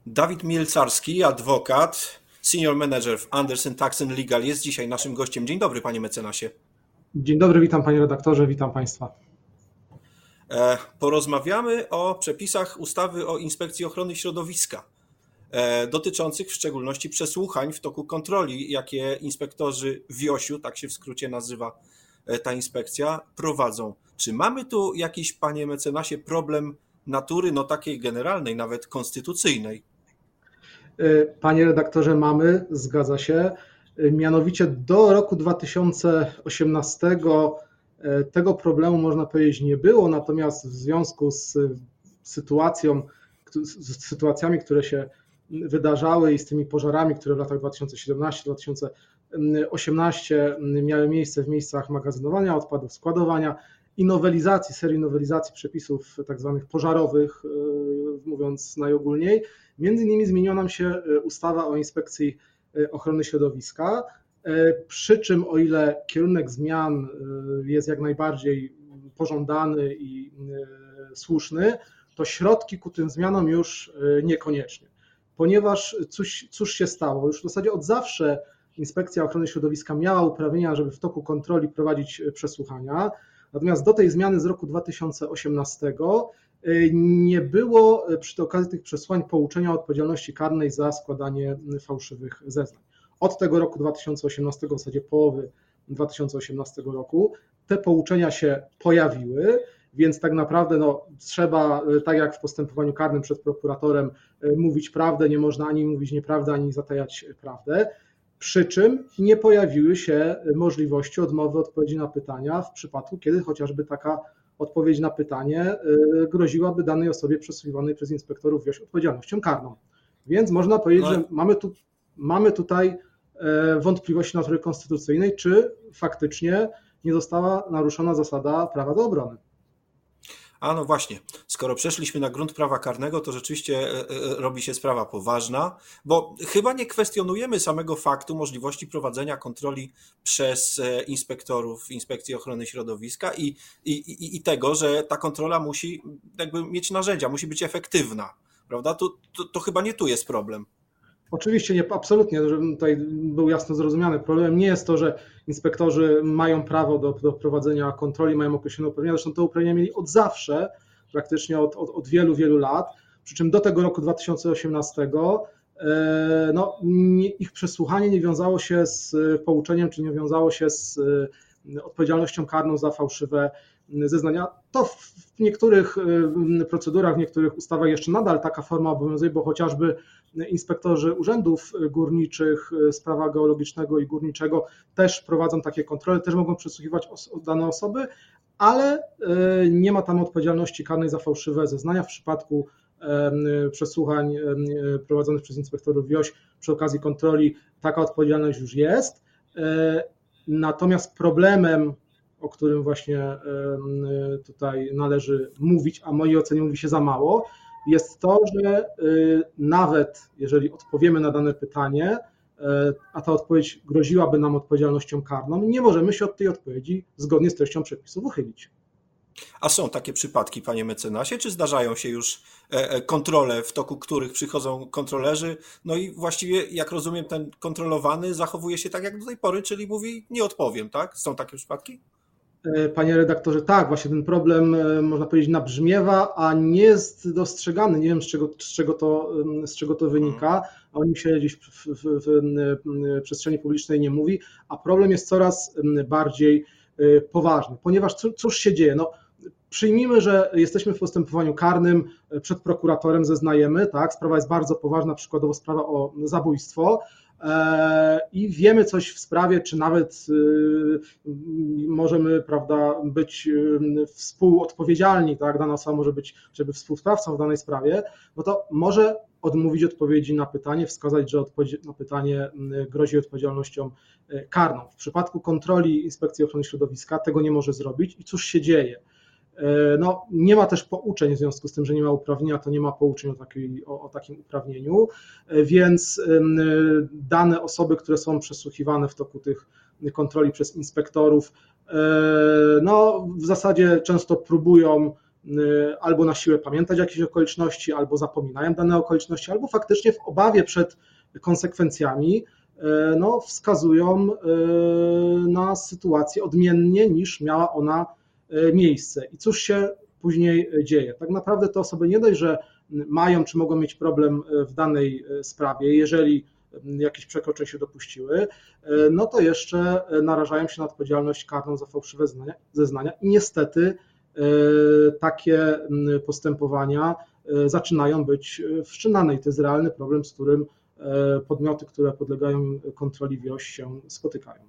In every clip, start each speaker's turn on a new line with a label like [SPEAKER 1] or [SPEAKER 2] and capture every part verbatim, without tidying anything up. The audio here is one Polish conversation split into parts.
[SPEAKER 1] Dawid Mielcarski, adwokat, senior manager w Andersen Tax and Legal jest dzisiaj naszym gościem. Dzień dobry, panie mecenasie.
[SPEAKER 2] Dzień dobry, witam panie redaktorze, witam państwa.
[SPEAKER 1] Porozmawiamy o przepisach ustawy o Inspekcji Ochrony Środowiska, dotyczących w szczególności przesłuchań w toku kontroli, jakie inspektorzy WIOŚ-u, tak się w skrócie nazywa ta inspekcja, prowadzą. Czy mamy tu jakiś, panie mecenasie, problem natury, no takiej generalnej, nawet konstytucyjnej?
[SPEAKER 2] Panie redaktorze, mamy, zgadza się. Mianowicie do roku dwa tysiące osiemnastego tego problemu, można powiedzieć, nie było, natomiast w związku z sytuacją, z sytuacjami, które się wydarzały i z tymi pożarami, które w latach dwa tysiące siedemnastym do dwa tysiące osiemnastego miały miejsce w miejscach magazynowania odpadów, składowania i nowelizacji, serii nowelizacji przepisów tak zwanych pożarowych, mówiąc najogólniej, między innymi zmieniła nam się ustawa o Inspekcji Ochrony Środowiska, przy czym o ile kierunek zmian jest jak najbardziej pożądany i słuszny, to środki ku tym zmianom już niekoniecznie, ponieważ cóż, cóż się stało? Już w zasadzie od zawsze Inspekcja Ochrony Środowiska miała uprawnienia, żeby w toku kontroli prowadzić przesłuchania, natomiast do tej zmiany z roku dwa tysiące osiemnastego nie było przy okazji tych przesłań pouczenia o odpowiedzialności karnej za składanie fałszywych zeznań. Od tego roku dwa tysiące osiemnastego, w zasadzie połowy dwa tysiące osiemnastego roku, te pouczenia się pojawiły, więc tak naprawdę no, trzeba, tak jak w postępowaniu karnym przed prokuratorem, mówić prawdę, nie można ani mówić nieprawdę, ani zatajać prawdę, przy czym nie pojawiły się możliwości odmowy odpowiedzi na pytania w przypadku, kiedy chociażby taka odpowiedź na pytanie groziłaby danej osobie przesłuchiwanej przez inspektorów WIOŚ odpowiedzialnością karną. Więc można powiedzieć, no. że mamy, tu, mamy tutaj wątpliwości natury konstytucyjnej, czy faktycznie nie została naruszona zasada prawa do obrony.
[SPEAKER 1] A no właśnie, skoro przeszliśmy na grunt prawa karnego, to rzeczywiście robi się sprawa poważna, bo chyba nie kwestionujemy samego faktu możliwości prowadzenia kontroli przez inspektorów Inspekcji Ochrony Środowiska i, i, i, i tego, że ta kontrola musi jakby mieć narzędzia, musi być efektywna, prawda? To, to, to chyba nie tu jest problem.
[SPEAKER 2] Oczywiście nie, absolutnie, żeby tutaj był jasno zrozumiany. Problemem nie jest to, że inspektorzy mają prawo do, do prowadzenia kontroli, mają określone uprawnienia, zresztą te uprawnienia mieli od zawsze, praktycznie od, od, od wielu, wielu lat, przy czym do tego roku dwa tysiące osiemnastego no, nie, ich przesłuchanie nie wiązało się z pouczeniem, czy nie wiązało się z odpowiedzialnością karną za fałszywe zeznania. To w niektórych procedurach, w niektórych ustawach jeszcze nadal taka forma obowiązuje, bo chociażby inspektorzy urzędów górniczych z prawa geologicznego i górniczego też prowadzą takie kontrole, też mogą przesłuchiwać dane osoby, ale nie ma tam odpowiedzialności karnej za fałszywe zeznania w przypadku przesłuchań prowadzonych przez inspektorów WIOŚ przy okazji kontroli. Taka odpowiedzialność już jest. Natomiast problemem, o którym właśnie tutaj należy mówić, a w mojej ocenie mówi się za mało, jest to, że nawet jeżeli odpowiemy na dane pytanie, a ta odpowiedź groziłaby nam odpowiedzialnością karną, nie możemy się od tej odpowiedzi zgodnie z treścią przepisów uchylić.
[SPEAKER 1] A są takie przypadki, panie mecenasie, czy zdarzają się już kontrole, w toku których przychodzą kontrolerzy, no i właściwie, jak rozumiem, ten kontrolowany zachowuje się tak jak do tej pory, czyli mówi, nie odpowiem, tak? Są takie przypadki?
[SPEAKER 2] Panie redaktorze, tak, właśnie ten problem, można powiedzieć, nabrzmiewa, a nie jest dostrzegany. Nie wiem, z czego, z czego, to, z czego to wynika, a o nim się gdzieś w, w, w, w przestrzeni publicznej nie mówi, a problem jest coraz bardziej poważny, ponieważ cóż się dzieje? No, przyjmijmy, że jesteśmy w postępowaniu karnym, przed prokuratorem zeznajemy, tak, sprawa jest bardzo poważna, przykładowo sprawa o zabójstwo, i wiemy coś w sprawie, czy nawet możemy, prawda, być współodpowiedzialni, tak, dana osoba może być, żeby współsprawcą w danej sprawie, no to może odmówić odpowiedzi na pytanie, wskazać, że odpowiedź na pytanie grozi odpowiedzialnością karną. W przypadku kontroli Inspekcji Ochrony Środowiska tego nie może zrobić i cóż się dzieje? No, nie ma też pouczeń w związku z tym, że nie ma uprawnienia, to nie ma pouczeń o, takiej, o, o takim uprawnieniu, więc dane osoby, które są przesłuchiwane w toku tych kontroli przez inspektorów, no w zasadzie często próbują albo na siłę pamiętać jakieś okoliczności, albo zapominają dane okoliczności, albo faktycznie w obawie przed konsekwencjami no, wskazują na sytuację odmiennie niż miała ona miejsce. I cóż się później dzieje? Tak naprawdę te osoby nie dość, że mają czy mogą mieć problem w danej sprawie, jeżeli jakieś przekroczeń się dopuściły, no to jeszcze narażają się na odpowiedzialność karną za fałszywe zeznania i niestety takie postępowania zaczynają być wszczynane i to jest realny problem, z którym podmioty, które podlegają kontroli W I O Ś się spotykają.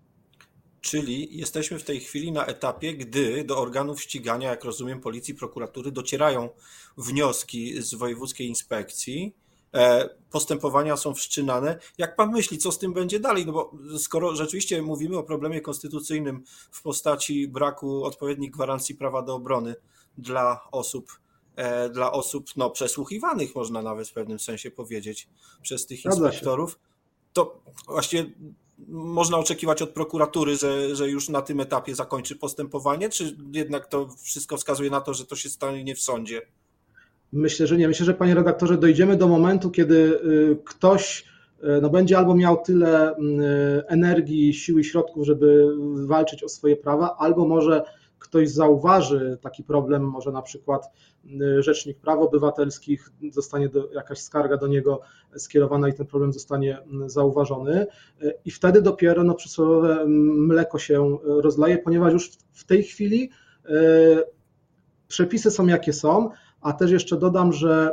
[SPEAKER 1] Czyli jesteśmy w tej chwili na etapie, gdy do organów ścigania, jak rozumiem, policji, prokuratury docierają wnioski z wojewódzkiej inspekcji, postępowania są wszczynane. Jak pan myśli, co z tym będzie dalej? No bo skoro rzeczywiście mówimy o problemie konstytucyjnym w postaci braku odpowiednich gwarancji prawa do obrony dla osób, dla osób no, przesłuchiwanych, można nawet w pewnym sensie powiedzieć, przez tych inspektorów, to właśnie można oczekiwać od prokuratury, że, że już na tym etapie zakończy postępowanie, czy jednak to wszystko wskazuje na to, że to się stanie w sądzie?
[SPEAKER 2] Myślę, że nie. Myślę, że panie redaktorze, dojdziemy do momentu, kiedy ktoś no, będzie albo miał tyle energii, siły i środków, żeby walczyć o swoje prawa, albo może ktoś zauważy taki problem, może na przykład Rzecznik Praw Obywatelskich, zostanie do, jakaś skarga do niego skierowana i ten problem zostanie zauważony i wtedy dopiero no, przysłowiowe mleko się rozlaje, ponieważ już w tej chwili przepisy są jakie są, a też jeszcze dodam, że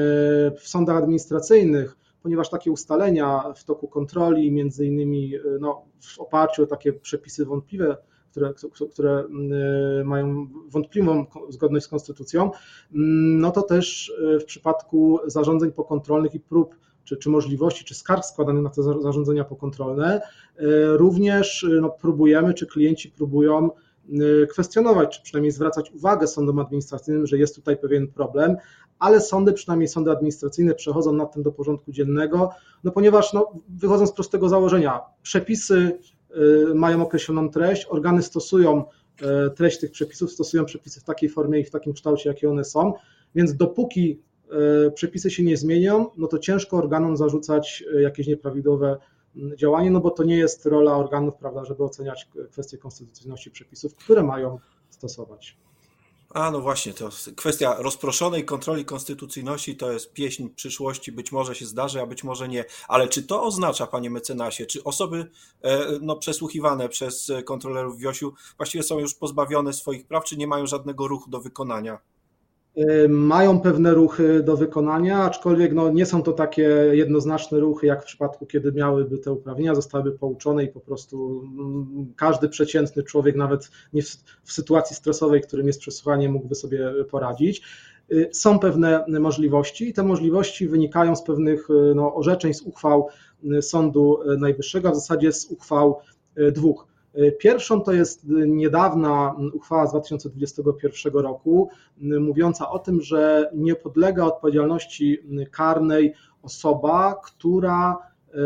[SPEAKER 2] w sądach administracyjnych, ponieważ takie ustalenia w toku kontroli, między innymi no, w oparciu o takie przepisy wątpliwe, które, które mają wątpliwą zgodność z konstytucją, no to też w przypadku zarządzeń pokontrolnych i prób, czy, czy możliwości, czy skarg składanych na te zarządzenia pokontrolne, również no, próbujemy, czy klienci próbują kwestionować, czy przynajmniej zwracać uwagę sądom administracyjnym, że jest tutaj pewien problem, ale sądy, przynajmniej sądy administracyjne, przechodzą nad tym do porządku dziennego, no ponieważ no, wychodzą z prostego założenia, przepisy mają określoną treść, organy stosują treść tych przepisów, stosują przepisy w takiej formie i w takim kształcie, jakie one są, więc dopóki przepisy się nie zmienią, no to ciężko organom zarzucać jakieś nieprawidłowe działanie, no bo to nie jest rola organów, prawda, żeby oceniać kwestie konstytucyjności przepisów, które mają stosować.
[SPEAKER 1] A no właśnie, to kwestia rozproszonej kontroli konstytucyjności to jest pieśń przyszłości, być może się zdarzy, a być może nie. Ale czy to oznacza, panie mecenasie, czy osoby no, przesłuchiwane przez kontrolerów W I O Ś-u właściwie są już pozbawione swoich praw, czy nie mają żadnego ruchu do wykonania?
[SPEAKER 2] Mają pewne ruchy do wykonania, aczkolwiek no, nie są to takie jednoznaczne ruchy, jak w przypadku, kiedy miałyby te uprawnienia, zostałyby pouczone i po prostu każdy przeciętny człowiek, nawet nie w, w sytuacji stresowej, którym jest przesłuchanie, mógłby sobie poradzić. Są pewne możliwości i te możliwości wynikają z pewnych no, orzeczeń, z uchwał Sądu Najwyższego, a w zasadzie z uchwał dwóch. Pierwszą to jest niedawna uchwała z dwa tysiące dwudziestego pierwszego roku, mówiąca o tym, że nie podlega odpowiedzialności karnej osoba, która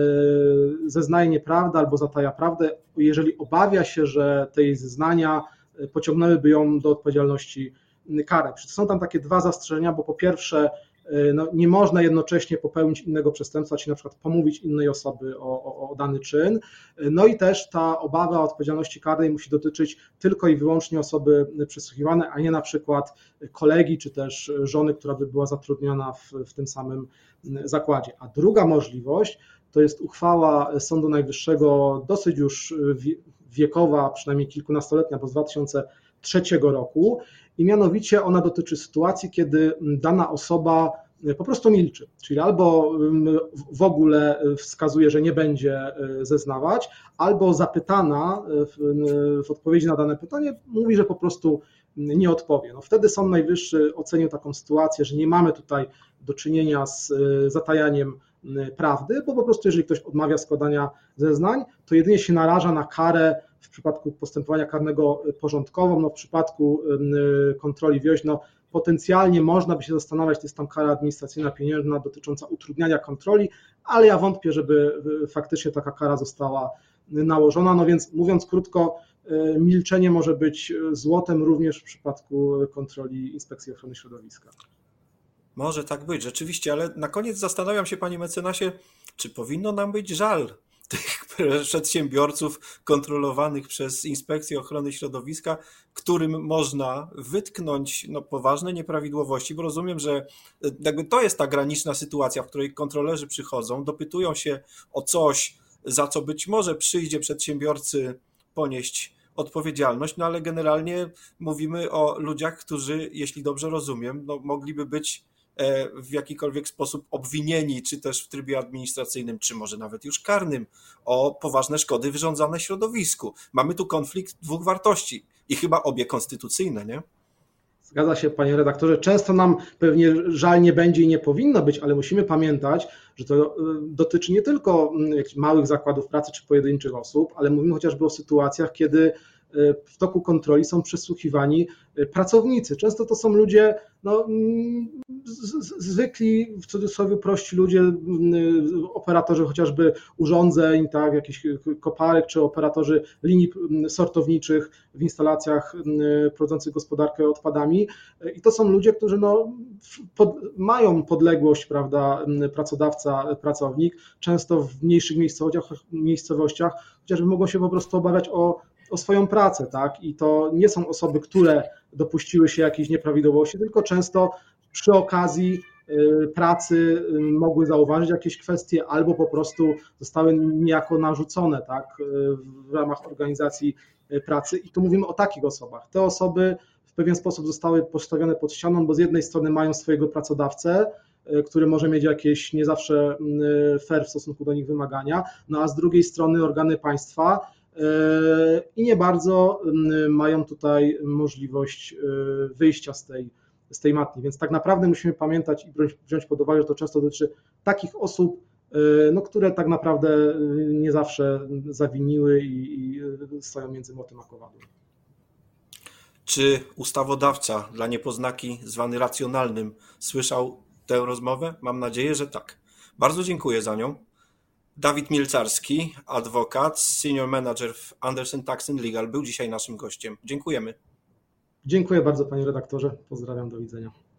[SPEAKER 2] zeznaje nieprawdę albo zataja prawdę, jeżeli obawia się, że te jej zeznania pociągnęłyby ją do odpowiedzialności karnej. Są tam takie dwa zastrzeżenia, bo po pierwsze no, nie można jednocześnie popełnić innego przestępstwa, czy na przykład pomówić innej osoby o, o, o dany czyn. No i też ta obawa o odpowiedzialności karnej musi dotyczyć tylko i wyłącznie osoby przesłuchiwanej, a nie na przykład kolegi, czy też żony, która by była zatrudniona w, w tym samym zakładzie. A druga możliwość to jest uchwała Sądu Najwyższego, dosyć już wiekowa, przynajmniej kilkunastoletnia, bo z dwa tysiące trzeciego roku, i mianowicie ona dotyczy sytuacji, kiedy dana osoba po prostu milczy, czyli albo w ogóle wskazuje, że nie będzie zeznawać, albo zapytana w, w odpowiedzi na dane pytanie mówi, że po prostu nie odpowie. No wtedy Sąd Najwyższy ocenił taką sytuację, że nie mamy tutaj do czynienia z zatajaniem prawdy, bo po prostu jeżeli ktoś odmawia składania zeznań, to jedynie się naraża na karę w przypadku postępowania karnego porządkową, no w przypadku kontroli W I O Ś, no potencjalnie można by się zastanawiać, to jest tam kara administracyjna pieniężna dotycząca utrudniania kontroli, ale ja wątpię, żeby faktycznie taka kara została nałożona, no więc mówiąc krótko, milczenie może być złotem również w przypadku kontroli Inspekcji Ochrony Środowiska.
[SPEAKER 1] Może tak być, rzeczywiście, ale na koniec zastanawiam się, panie mecenasie, czy powinno nam być żal tych przedsiębiorców kontrolowanych przez Inspekcję Ochrony Środowiska, którym można wytknąć no, poważne nieprawidłowości, bo rozumiem, że jakby to jest ta graniczna sytuacja, w której kontrolerzy przychodzą, dopytują się o coś, za co być może przyjdzie przedsiębiorcy ponieść odpowiedzialność, no ale generalnie mówimy o ludziach, którzy, jeśli dobrze rozumiem, no, mogliby być w jakikolwiek sposób obwinieni, czy też w trybie administracyjnym, czy może nawet już karnym, o poważne szkody wyrządzane środowisku. Mamy tu konflikt dwóch wartości i chyba obie konstytucyjne, nie?
[SPEAKER 2] Zgadza się, panie redaktorze. Często nam pewnie żal nie będzie i nie powinno być, ale musimy pamiętać, że to dotyczy nie tylko jakichś małych zakładów pracy czy pojedynczych osób, ale mówimy chociażby o sytuacjach, kiedy w toku kontroli są przesłuchiwani pracownicy. Często to są ludzie, no, zwykli, w cudzysłowie prości ludzie, operatorzy chociażby urządzeń, tak, jakichś koparek, czy operatorzy linii sortowniczych w instalacjach prowadzących gospodarkę odpadami. I to są ludzie, którzy no, pod, mają podległość, prawda, pracodawca, pracownik, często w mniejszych miejscowościach, miejscowościach chociażby mogą się po prostu obawiać o o swoją pracę, tak? I to nie są osoby, które dopuściły się jakiejś nieprawidłowości, tylko często przy okazji pracy mogły zauważyć jakieś kwestie albo po prostu zostały niejako narzucone, tak? W ramach organizacji pracy. I tu mówimy o takich osobach. Te osoby w pewien sposób zostały postawione pod ścianą, bo z jednej strony mają swojego pracodawcę, który może mieć jakieś nie zawsze fair w stosunku do nich wymagania, no a z drugiej strony organy państwa i nie bardzo mają tutaj możliwość wyjścia z tej, z tej matni. Więc tak naprawdę musimy pamiętać i wziąć pod uwagę, że to często dotyczy takich osób, no, które tak naprawdę nie zawsze zawiniły i, i stoją między młotem a kowadłem.
[SPEAKER 1] Czy ustawodawca dla niepoznaki zwany racjonalnym słyszał tę rozmowę? Mam nadzieję, że tak. Bardzo dziękuję za nią. Dawid Mielcarski, adwokat, senior manager w Andersen Tax and Legal, był dzisiaj naszym gościem. Dziękujemy.
[SPEAKER 2] Dziękuję bardzo, panie redaktorze. Pozdrawiam, do widzenia.